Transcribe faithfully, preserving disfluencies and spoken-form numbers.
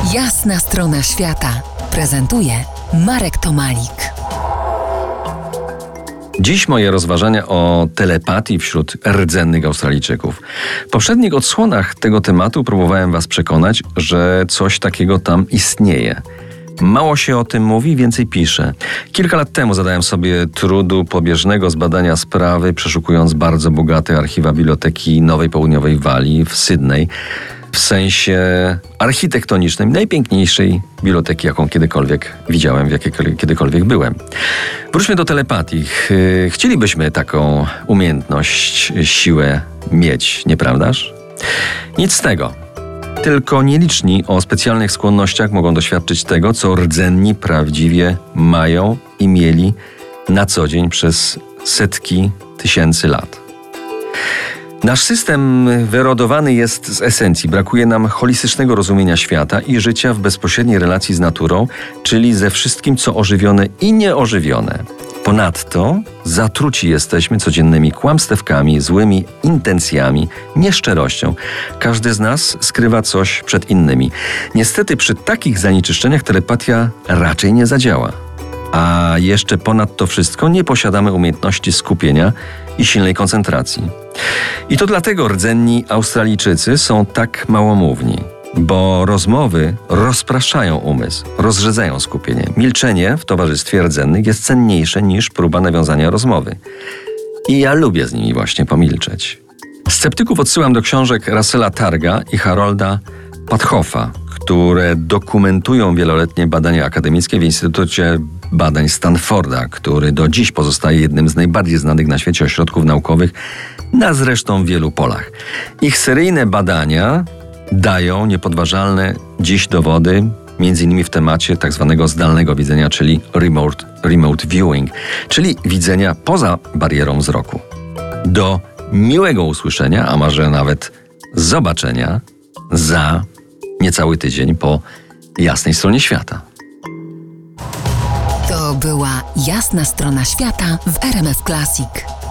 Jasna strona świata prezentuje Marek Tomalik. Dziś moje rozważania o telepatii wśród rdzennych Australijczyków. W poprzednich odsłonach tego tematu próbowałem Was przekonać, że coś takiego tam istnieje. Mało się o tym mówi, więcej pisze. Kilka lat temu zadałem sobie trudu pobieżnego zbadania sprawy, przeszukując bardzo bogate archiwa Biblioteki Nowej Południowej Walii w Sydney, w sensie architektonicznym najpiękniejszej biblioteki, jaką kiedykolwiek widziałem, w jakiej kiedykolwiek byłem. Wróćmy do telepatii. Chcielibyśmy taką umiejętność, siłę mieć, nieprawdaż? Nic z tego. Tylko nieliczni o specjalnych skłonnościach mogą doświadczyć tego, co rdzenni prawdziwie mają i mieli na co dzień przez setki tysięcy lat. Nasz system wyrodowany jest z esencji. Brakuje nam holistycznego rozumienia świata i życia w bezpośredniej relacji z naturą, czyli ze wszystkim, co ożywione i nieożywione. Ponadto zatruci jesteśmy codziennymi kłamstewkami, złymi intencjami, nieszczerością. Każdy z nas skrywa coś przed innymi. Niestety przy takich zanieczyszczeniach telepatia raczej nie zadziała. A jeszcze ponad to wszystko nie posiadamy umiejętności skupienia i silnej koncentracji. I to dlatego rdzenni Australijczycy są tak małomówni, bo rozmowy rozpraszają umysł, rozrzedzają skupienie. Milczenie w towarzystwie rdzennych jest cenniejsze niż próba nawiązania rozmowy. I ja lubię z nimi właśnie pomilczeć. Sceptyków odsyłam do książek Russella Targa i Harolda Pathoffa, które dokumentują wieloletnie badania akademickie w Instytucie Badań Stanforda, który do dziś pozostaje jednym z najbardziej znanych na świecie ośrodków naukowych na zresztą wielu polach. Ich seryjne badania dają niepodważalne dziś dowody, między innymi w temacie tak zwanego zdalnego widzenia, czyli remote, remote viewing, czyli widzenia poza barierą wzroku. Do miłego usłyszenia, a może nawet zobaczenia za niecały tydzień po jasnej stronie świata. To była Jasna strona świata w R M F Classic.